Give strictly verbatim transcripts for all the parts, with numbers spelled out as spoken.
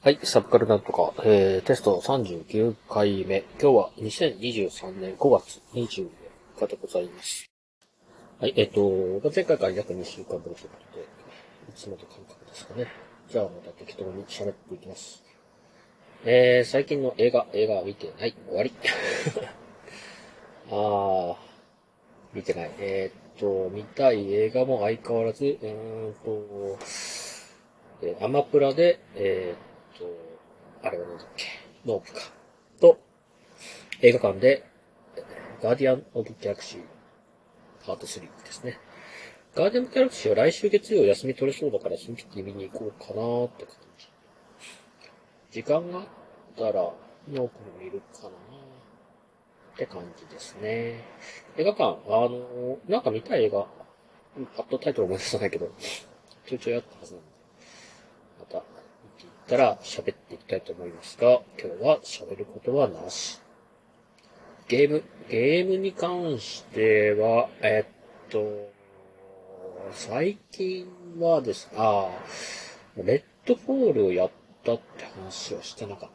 はい、サブカルなんとか、えー、テストさんじゅうきゅうかいめ。今日はにせんにじゅうさんねんごがつにじゅうよっかでございます。はい、えっ、ー、と、前回から約にしゅうかんぶりということで、いつもと感覚ですかね。じゃあまた適当に喋っていきます。えー、最近の映画、映画は見てない。終わり。あー、見てない。えーっと、見たい映画も相変わらず、うーんと、えーアマプラで、えーっと、あれはなんだっけ、ノープか。と、映画館で、ガーディアン・オブ・ギャラクシー、パートスリーですね。ガーディアン・オブ・ギャラクシーは来週月曜休み取れそうだから、その時見に行こうかなーって感じ。時間があったら、ノープも見るかなーって感じですね。映画館、あのー、なんか見たい映画、パッとタイトル思い出さないけど、ちょいちょいあったはずなんで、また見ていったら喋っていきたいと思いますが、今日は喋ることはなし。ゲーム、ゲームに関しては、えっと、最近はですね、ああ、レッドフォールをやったって話はしてなかった。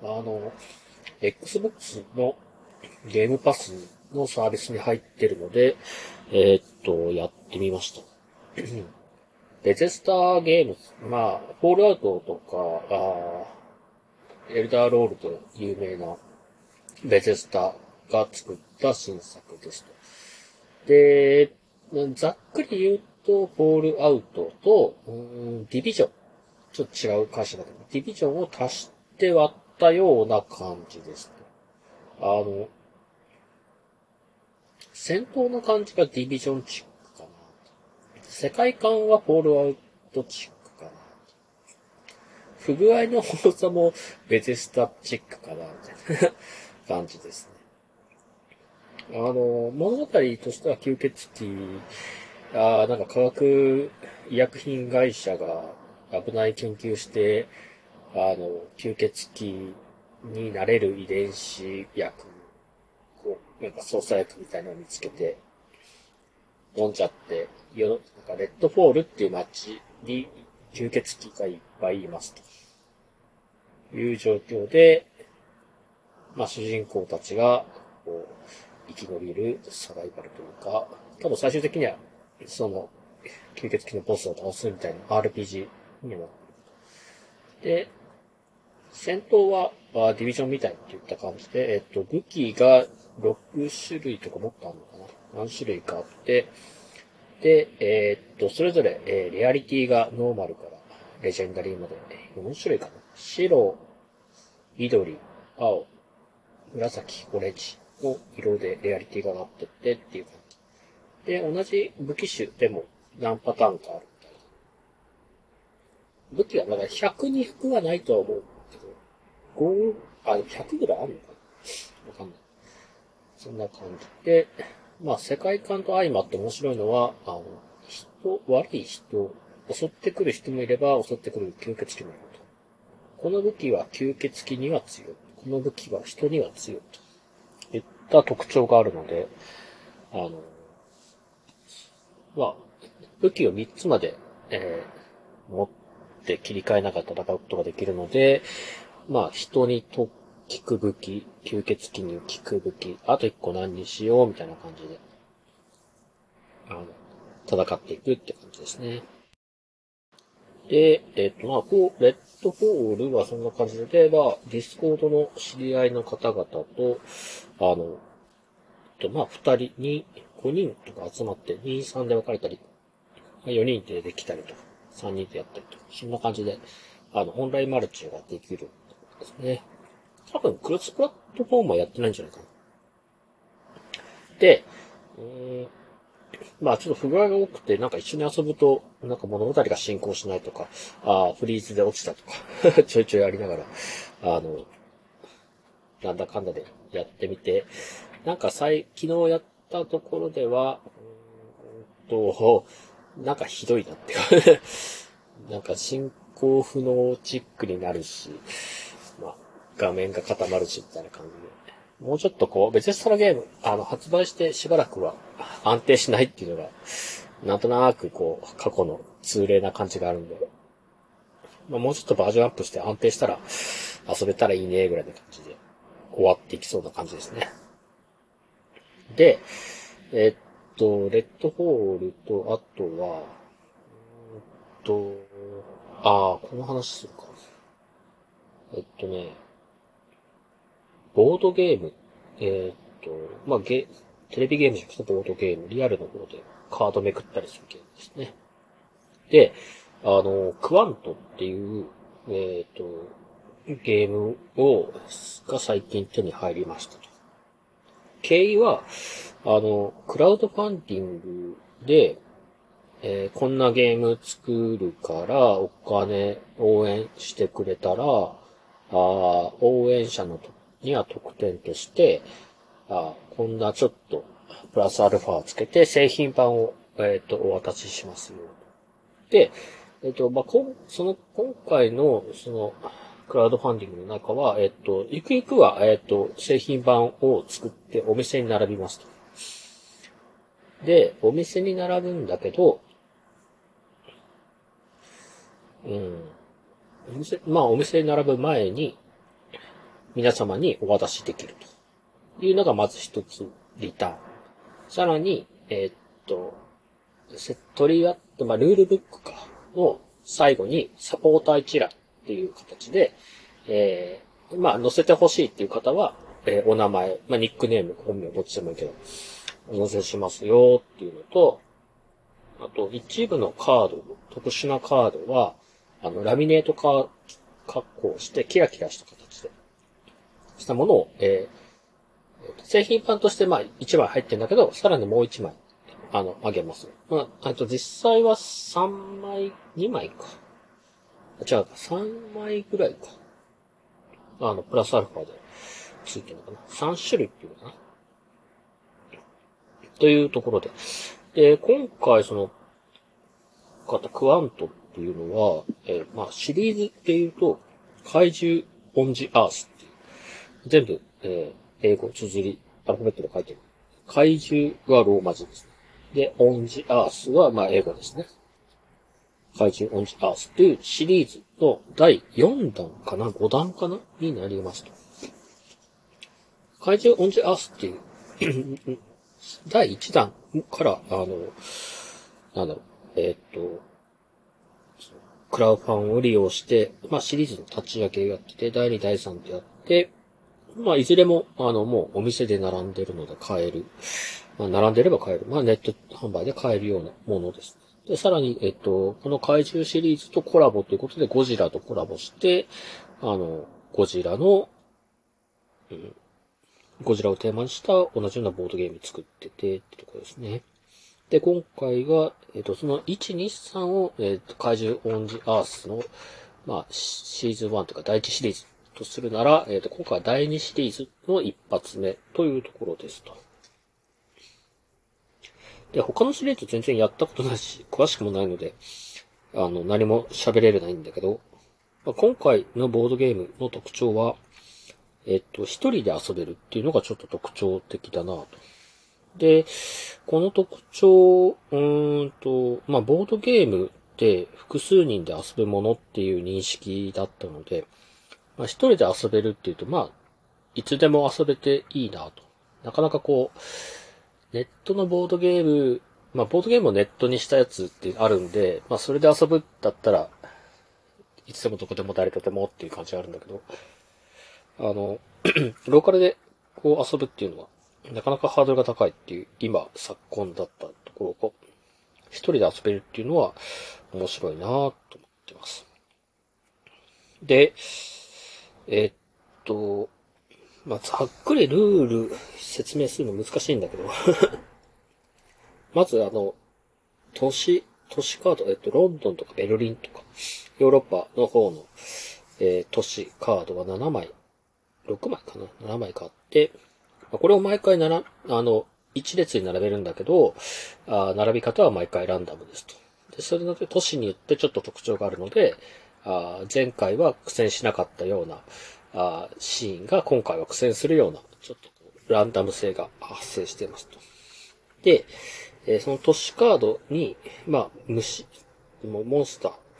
あの、Xbox のゲームパスのサービスに入ってるので、えっと、やってみました。ベゼスターゲームズ、まあ、フォールアウトとか、あエルダーロールで有名なベゼスタが作った新作ですと。で、ざっくり言うと、フォールアウトと、うーん、ディビジョン。ちょっと違う会社だけど、ディビジョンを足して割ったような感じですね。あの、戦闘の感じがディビジョンチックかな。世界観はフォールアウトチックかな。不具合の多さもベゼスタチックかな、みたいな感じですね。あの、物語としては吸血鬼、あなんか化学医薬品会社が危ない研究して、あの、吸血鬼になれる遺伝子薬を、なんか操作薬みたいなのを見つけて、飲んじゃって、よ、なんかレッドフォールっていう街に吸血鬼がいっぱいいますという状況で、まあ主人公たちが、こう、生き延びるサバイバルというか、多分最終的には、その、吸血鬼のボスを倒すみたいな アールピージー にも。で、戦闘は、まあ、ディビジョンみたいって言った感じで、えっと、武器がろくしゅるいとかもっとあるのかな何種類かあって、で、えーっと、それぞれ、えーレアリティがノーマルからレジェンダリーまでよんしゅるいかな白、緑、青、紫、オレンジの色でレアリティがなってってっていう感じ。で、同じ武器種でも何パターンかあるみたいな。武器はまだひゃく、にひゃくはないとは思うけど、ご、あ、ひゃくぐらいあるのかなわかんない。そんな感じで、まあ世界観と相まって面白いのは、あの、人、悪い人、襲ってくる人もいれば襲ってくる吸血鬼もいると。この武器は吸血鬼には強い。この武器は人には強いといった特徴があるので、あの、まあ、武器をみっつまで、えー、持って切り替えながら戦うことができるので、まあ、人にと効く武器、吸血鬼に効く武器、あといっこ何にしようみたいな感じで、あの、戦っていくって感じですね。で、えっと、まあ、こう、レッドフォールはそんな感じで、まあ、ディスコードの知り合いの方々と、あの、とまあ、二人に、ごにんとか集まって、に、さんで分かれたり、よにんでできたりとか、さんにんでやったりとか、そんな感じで、あの、オンラインマルチができるですね。多分、クロスプラットフォームはやってないんじゃないかな。で、うーんまあちょっと不具合が多くて、なんか一緒に遊ぶと、なんか物語が進行しないとか、あフリーズで落ちたとか、ちょいちょいありながら、あの、なんだかんだでやってみて、なんか最、昨日やったところでは、うーんと、なんかひどいなってなんか進行不能チックになるし、まあ、画面が固まるし、みたいな感じで。もうちょっとこう、別にそのゲーム、あの、発売してしばらくは安定しないっていうのが、なんとなくこう、過去の通例な感じがあるんで、 まあ、もうちょっとバージョンアップして安定したら遊べたらいいね、ぐらいな感じで終わっていきそうな感じですね。で、えっと、レッドホールと、あとは、えっと、ああ、この話するか。えっとね、ボードゲーム、えーっと、まあ、ゲ、テレビゲームじゃなくてボードゲーム、リアルの方でカードめくったりするゲームですね。で、あの、クワントっていう、えーっと、ゲームを、が最近手に入りましたと。経緯は、あの、クラウドファンディングで、えーこんなゲーム作るからお金応援してくれたら、あ応援者のとには特典として、あこんなちょっとプラスアルファをつけて製品版を、えっ、と、お渡ししますよ。で、えっ、と、まあ、こん、その、今回の、その、クラウドファンディングの中は、えっ、と、ゆくゆくは、えっ、と、製品版を作ってお店に並びますと。で、お店に並ぶんだけど、うん、お店、まあ、お店に並ぶ前に、皆様にお渡しできるというのがまず一つリターン。さらに、えーっと、セ取り合った、まあ、ルールブックか、の最後にサポーター一覧っていう形で、えー、まあ、載せてほしいっていう方は、えーお名前、まあ、ニックネーム、本名どっちでもいいけど、お載せしますよっていうのと、あと、一部のカード、特殊なカードは、あの、ラミネート化、加工して、キラキラした形で、したものを、えー、製品版として、まあ、いちまい入ってるんだけど、さらにもういちまい、あの、あげます。まあ、あと実際はさんまい、にまいか。違うか、さんまいぐらいか。あの、プラスアルファでついてるのかな。さん種類っていうのかな。というところで。で、今回その、方、クワントっていうのは、えーまあ、シリーズっていうと、怪獣オンジアースっていう、全部、えー英語、綴り、アルファベットで書いてる。怪獣はローマ字ですね。で、オンジアースは、まあ、英語ですね。怪獣オンジアースっていうシリーズのだいよんだんかな ?ご 段かなになりますと。怪獣オンジアースっていうだいいちだんから、あの、なんだろう、えーっと、クラウドファンを利用して、まあシリーズの立ち上げをやってて、だいに、だいさんってやって、まあいずれも、あの、もうお店で並んでるので買える。まあ並んでれば買える。まあネット販売で買えるようなものです。で、さらに、えっと、この怪獣シリーズとコラボということで、ゴジラとコラボして、あの、ゴジラの、うん、ゴジラをテーマにした同じようなボードゲーム作ってて、ってところですね。で、今回が、えっと、そのいち、に、さんを、えっと、怪獣オンジアースの、まあ、シーズンワンとかだいいちシリーズとするなら、えっと、今回はだいにシリーズの一発目というところですと。で、他のシリーズ全然やったことないし、詳しくもないので、あの、何も喋れないんだけど、まあ、今回のボードゲームの特徴は、えっと、一人で遊べるっていうのがちょっと特徴的だなと。で、この特徴、うーんと、まあ、ボードゲームって複数人で遊ぶものっていう認識だったので、まあ、一人で遊べるっていうと、まあ、いつでも遊べていいなと。なかなかこう、ネットのボードゲーム、まあ、ボードゲームをネットにしたやつってあるんで、まあ、それで遊ぶだったら、いつでもどこでも誰とでもっていう感じがあるんだけど、あの、ローカルでこう遊ぶっていうのは、なかなかハードルが高いっていう、今、昨今だったところを、一人で遊べるっていうのは面白いなぁと思ってます。で、えっと、まあ、ざっくりルール説明するの難しいんだけどまずあの、都市、都市カード、えっと、ロンドンとかベルリンとか、ヨーロッパの方の、えー、都市カードはななまい、ろくまいかな ?なな 枚買って、これを毎回なら、あの、一列に並べるんだけど、あ並び方は毎回ランダムですと。で、それの都市によってちょっと特徴があるので、あ前回は苦戦しなかったようなあシーンが今回は苦戦するような、ちょっとこうランダム性が発生していますと。で、えーその都市カードに、まあ、虫、モンスター、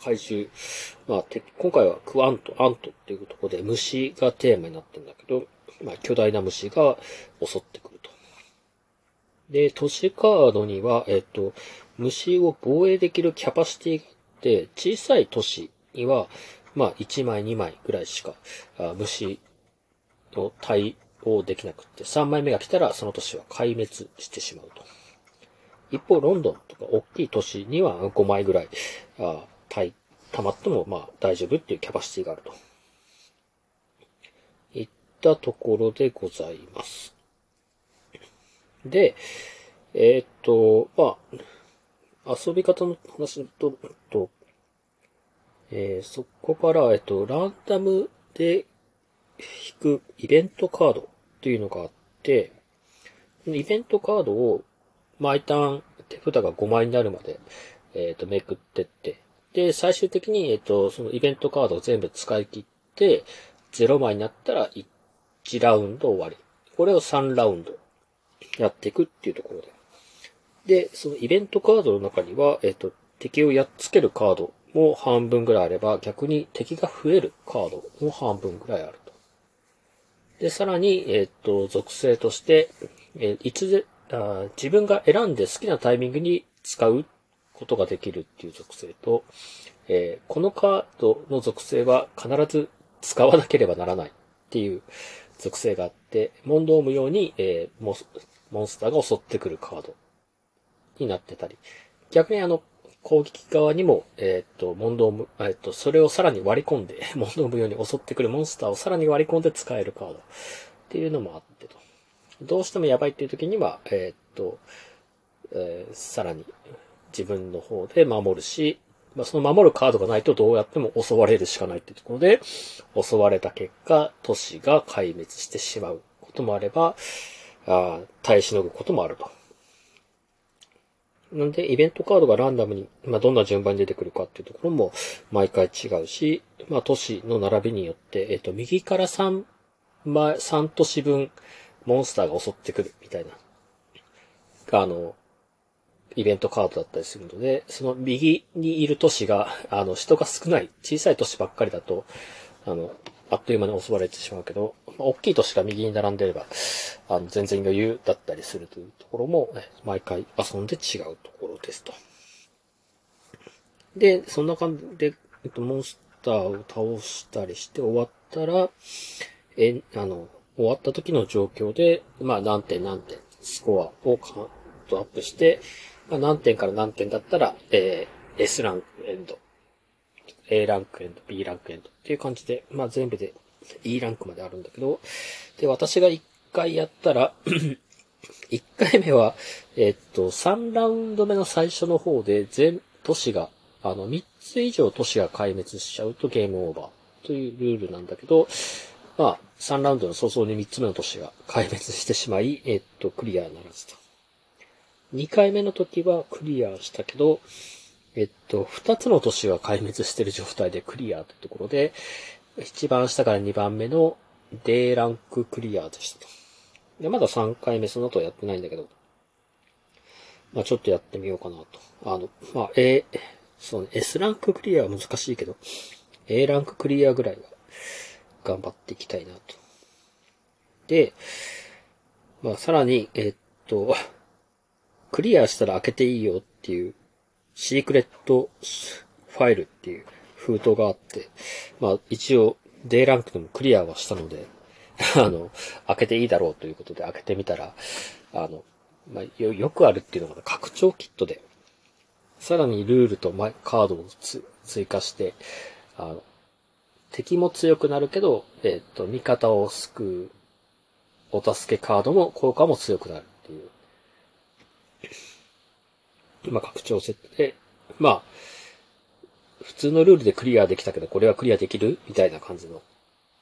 怪獣、まあ、今回はクアント、アントっていうところで虫がテーマになってるんだけど、まあ、巨大な虫が襲ってくると。で、都市カードには、えっと、虫を防衛できるキャパシティがあって、小さい都市には、まあ、いちまい、にまいぐらいしか、あ虫を対応できなくって、さんまいめが来たらその都市は壊滅してしまうと。一方、ロンドンとか大きい都市にはごまいぐらい、あ対、溜まってもまあ大丈夫っていうキャパシティがあると。いったところでございます。で、えー、っと、まあ、遊び方の話と、とえー、そこから、えっと、ランダムで引くイベントカードというのがあって、イベントカードを毎ターン手札がごまいになるまで、えっと、めくってって、で、最終的に、えっと、そのイベントカードを全部使い切って、ゼロまいになったらいちラウンド終わり。これをさんラウンドやっていくっていうところで。で、そのイベントカードの中には、えっと、敵をやっつけるカードも半分ぐらいあれば、逆に敵が増えるカードも半分ぐらいあると。で、さらに、えっと、属性として、えいつであ、自分が選んで好きなタイミングに使うことができるっていう属性と、えー、このカードの属性は必ず使わなければならないっていう属性があって、問答無用に、えー、モンモンスターが襲ってくるカードになってたり、逆にあの、攻撃側にも、えっ、ー、と、問答無、えっ、ー、と、それをさらに割り込んで、問答無用に襲ってくるモンスターをさらに割り込んで使えるカードっていうのもあってと。どうしてもやばいっていう時には、えっ、ー、と、えー、さらに自分の方で守るし、まあ、その守るカードがないとどうやっても襲われるしかないっていうところで、襲われた結果、都市が壊滅してしまうこともあれば、あ耐えしのぐこともあると。なんで、イベントカードがランダムに、まあ、どんな順番に出てくるかっていうところも毎回違うし、まあ、都市の並びによって、えっと、右からさん、まあ、さん都市分、モンスターが襲ってくるみたいな、あの、イベントカードだったりするので、その右にいる都市が、あの、人が少ない、小さい都市ばっかりだと、あの、あっという間に襲われてしまうけど、まあ、大きい都市が右に並んでれば、あの、全然余裕だったりするというところも、毎回遊んで違うところですと。で、そんな感じで、えっと、モンスターを倒したりして終わったら、え、あの、終わった時の状況で、まあ、何点何点、スコアをカウントアップして、まあ、何点から何点だったら、えー、S ランクエンド、A ランクエンド、B ランクエンドっていう感じで、まあ、全部で E ランクまであるんだけど、で、私がいっかいやったら、いっかいめは、えっと、さんラウンド目の最初の方で、全都市が、あの、みっつ以上都市が壊滅しちゃうとゲームオーバーというルールなんだけど、まあ、さんラウンドの早々にみっつめの都市が壊滅してしまい、えっと、クリアならずと。にかいめの時はクリアしたけど、えっと、ふたつの都市が壊滅している状態でクリアというところで、一番下からにばんめの D ランククリアでしたと。で、まださんかいめその後はやってないんだけど、まあちょっとやってみようかなと。あの、まあ A、そうね、S ランククリアは難しいけど、A ランククリアぐらいは頑張っていきたいなと。で、まあさらに、えっと、クリアしたら開けていいよっていう、シークレットファイルっていう封筒があって、まあ一応 D ランクでもクリアはしたので、あの、開けていいだろうということで開けてみたら、あの、まあ、よ、よくあるっていうのが拡張キットで、さらにルールとカードを追加して、あの、敵も強くなるけど、えっと、味方を救う、お助けカードも、効果も強くなるっていう、まあ、拡張セットで、まあ、普通のルールでクリアできたけど、これはクリアできるみたいな感じの、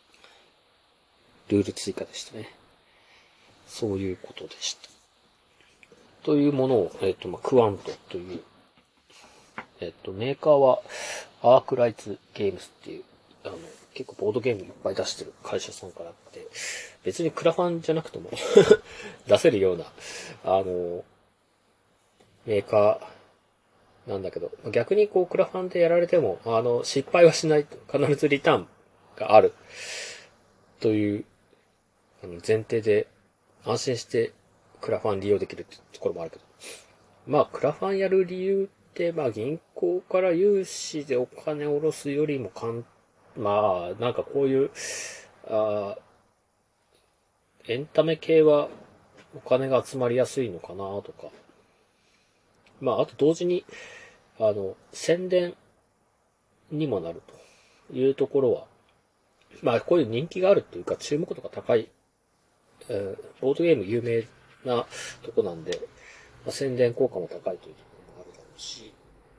ルール追加でしたね。そういうことでした。というものを、えっと、まあ、クワントという、えっと、メーカーは、アークライツゲームスっていう、あの、結構ボードゲームいっぱい出してる会社さんからあって、別にクラファンじゃなくても出せるような、あの、メーカーなんだけど、逆にこうクラファンでやられても、あの、失敗はしないと、必ずリターンがあるというあの前提で安心してクラファン利用できるってところもあるけど。まあ、クラファンやる理由って、まあ、銀行から融資でお金を下ろすよりもかん、まあ、なんかこういう、あエンタメ系はお金が集まりやすいのかなとか。まあ、あと同時に、あの、宣伝にもなるというところは、まあ、こういう人気があるっていうか、注目度が高い、えー、ボードゲーム有名なとこなんで、まあ、宣伝効果も高いというところもあるだろうし、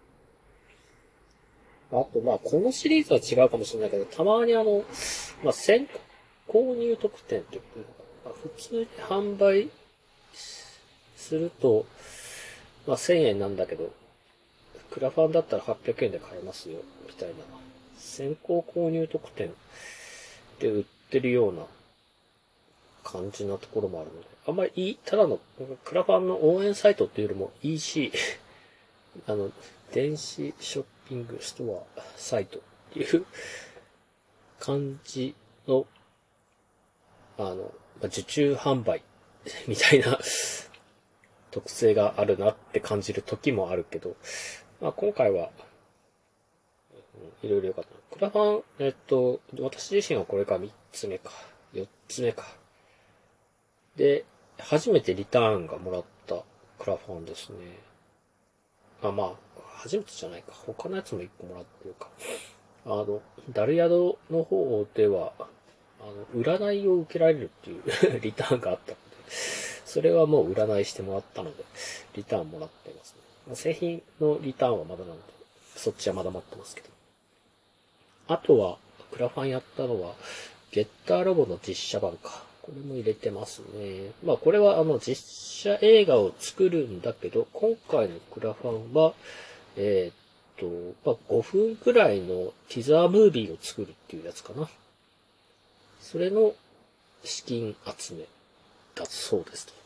あと、まあ、このシリーズは違うかもしれないけど、たまにあの、まあ、先購入特典というか、普通に販売すると、まあ、せんえんなんだけど、クラファンだったらはっぴゃくえんで買えますよ、みたいな。先行購入特典で売ってるような感じなところもあるので、あんまりいい、ただのクラファンの応援サイトっていうよりも イーシー、あの、電子ショッピングストアサイトっていう感じの、あの、受注販売みたいな特性があるなって感じる時もあるけど、まあ今回は、いろいろ良かった。クラファン、えっと、私自身はこれがみっつめか、よっつめか。で、初めてリターンがもらったクラファンですね。あ、まあ、初めてじゃないか。他のやつもいっこもらってるか。あの、ダルヤドの方では、あの、占いを受けられるっていうリターンがあったので、それはもう占いしてもらったので、リターンもらってますね。製品のリターンはまだなので、そっちはまだ待ってますけど。あとは、クラファンやったのは、ゲッターロボの実写版か。これも入れてますね。まあこれはあの実写映画を作るんだけど、今回のクラファンは、えー、っと、まあごふんくらいのティザームービーを作るっていうやつかな。それの資金集めだそうですと。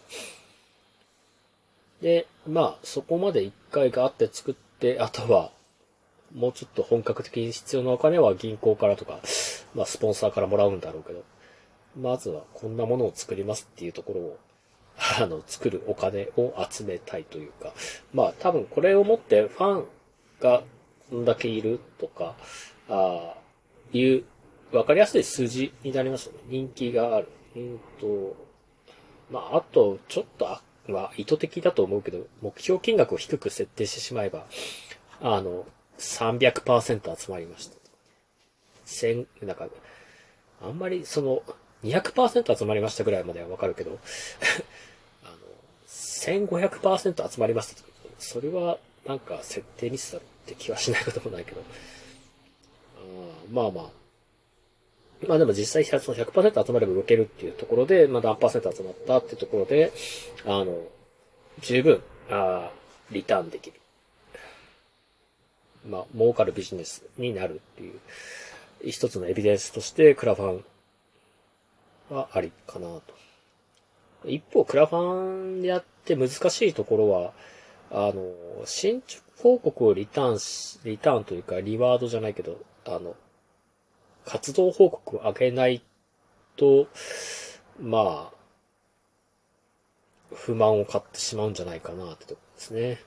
で、まあそこまで一回があって作って、あとはもうちょっと本格的に必要なお金は銀行からとか、まあスポンサーからもらうんだろうけど、まずはこんなものを作りますっていうところを、あの、作るお金を集めたいというか、まあ多分これをもってファンがこんだけいるとか、あいう、わかりやすい数字になりますよね。人気がある。うんと、まああと、ちょっと、あまあ意図的だと思うけど、目標金額を低く設定してしまえば、あの、さんびゃくパーセント集まりました。千、なんか、あんまりその、にひゃくパーセント集まりましたぐらいまではわかるけど、あの、せんごひゃくパーセント集まりましたとか、それはなんか設定ミスだろって気はしないこともないけど、あまあまあ、まあでも実際そのひゃくパーセント集まれば動けるっていうところで、まあ何パーセント集まったっていうところで、あの、十分、あリターンできる。まあ、儲かるビジネスになるっていう、一つのエビデンスとしてクラファンはありかなと。一方、クラファンやって難しいところは、あの、進捗報告をリターンし、リターンというか、リワードじゃないけど、あの、活動報告を上げないと、まあ、不満を買ってしまうんじゃないかなってところですね。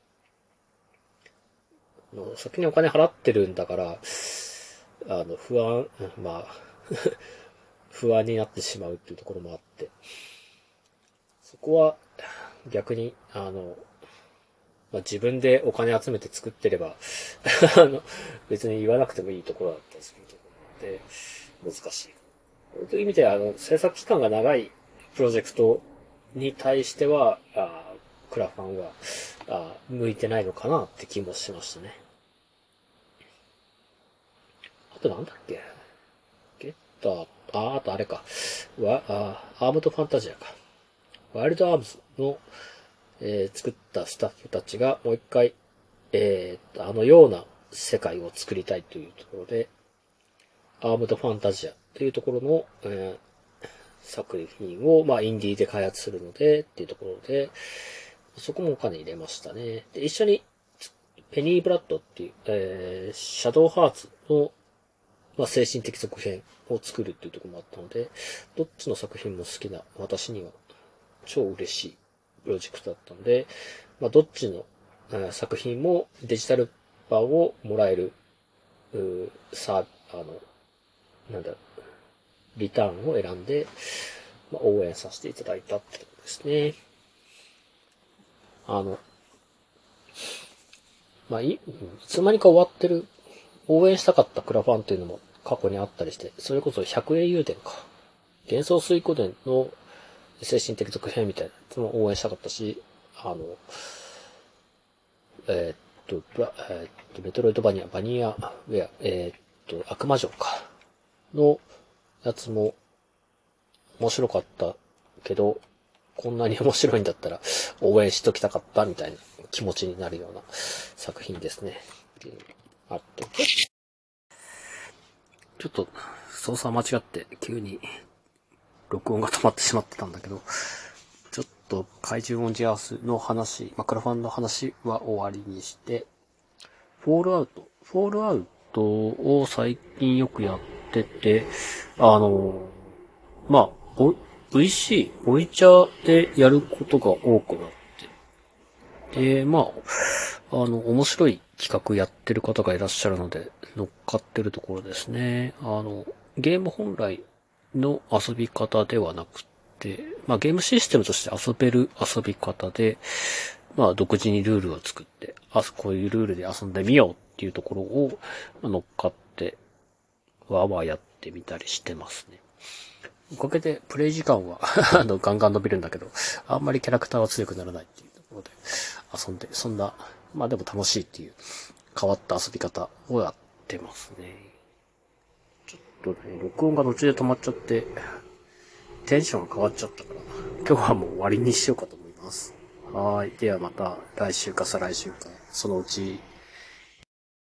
先にお金払ってるんだから、あの、不安、まあ、不安になってしまうっていうところもあって、そこは逆に、あの、まあ、自分でお金集めて作ってればあの、別に言わなくてもいいところだったりするところで、難しい。という意味で、あの、制作期間が長いプロジェクトに対しては、あクラファンはあ向いてないのかなって気もしましたね。あとなんだっけゲッター、あ、あとあれか。わ、あ、アームドファンタジアか。ワイルドアームズの、えー作ったスタッフたちがもう一回、えー、あのような世界を作りたいというところで、アームドファンタジアというところの、えー、作品を、まあ、インディーで開発するので、っていうところで、そこもお金入れましたね。で、一緒にペニーブラッドっていう、えー、シャドウハーツの、まあ、精神的続編を作るっていうところもあったので、どっちの作品も好きな私には超嬉しいプロジェクトだったので、まあ、どっちの、えー、作品もデジタル版をもらえる、うーさ、あの、なんだ、リターンを選んで、まあ、応援させていただいたってことですね。あの、まあ、い、いつの間にか終わってる、応援したかったクラファンっていうのも過去にあったりして、それこそひゃくえん油田か。幻想水湖伝の精神的続編みたいなやつも応援したかったし、あの、えー、っと、えー、っと、メトロイドバニア、バニアウェア、えー、っと、悪魔城か。のやつも面白かったけど、こんなに面白いんだったら応援しときたかったみたいな気持ちになるような作品ですね。あと、ちょっと操作間違って急に録音が止まってしまってたんだけど、ちょっと怪獣オンジアースの話、マクラファンの話は終わりにして、フォールアウト、フォールアウトを最近よくやってて、あの、まあ、お、ブイシー、ボイチャーでやることが多くなって、で、まあ、あの、面白い企画やってる方がいらっしゃるので、乗っかってるところですね。あの、ゲーム本来の遊び方ではなくて、まあゲームシステムとして遊べる遊び方で、まあ独自にルールを作って、あ、こういうルールで遊んでみようっていうところを乗っかって、わーわーやってみたりしてますね。おかげでプレイ時間はあの、ガンガン伸びるんだけど、あんまりキャラクターは強くならないっていうところで遊んで、そんな、まあでも楽しいっていう変わった遊び方をやってますね。ちょっとね、録音が途中で止まっちゃって、テンションが変わっちゃったから、今日はもう終わりにしようかと思います。はい。ではまた来週か再来週か、そのうち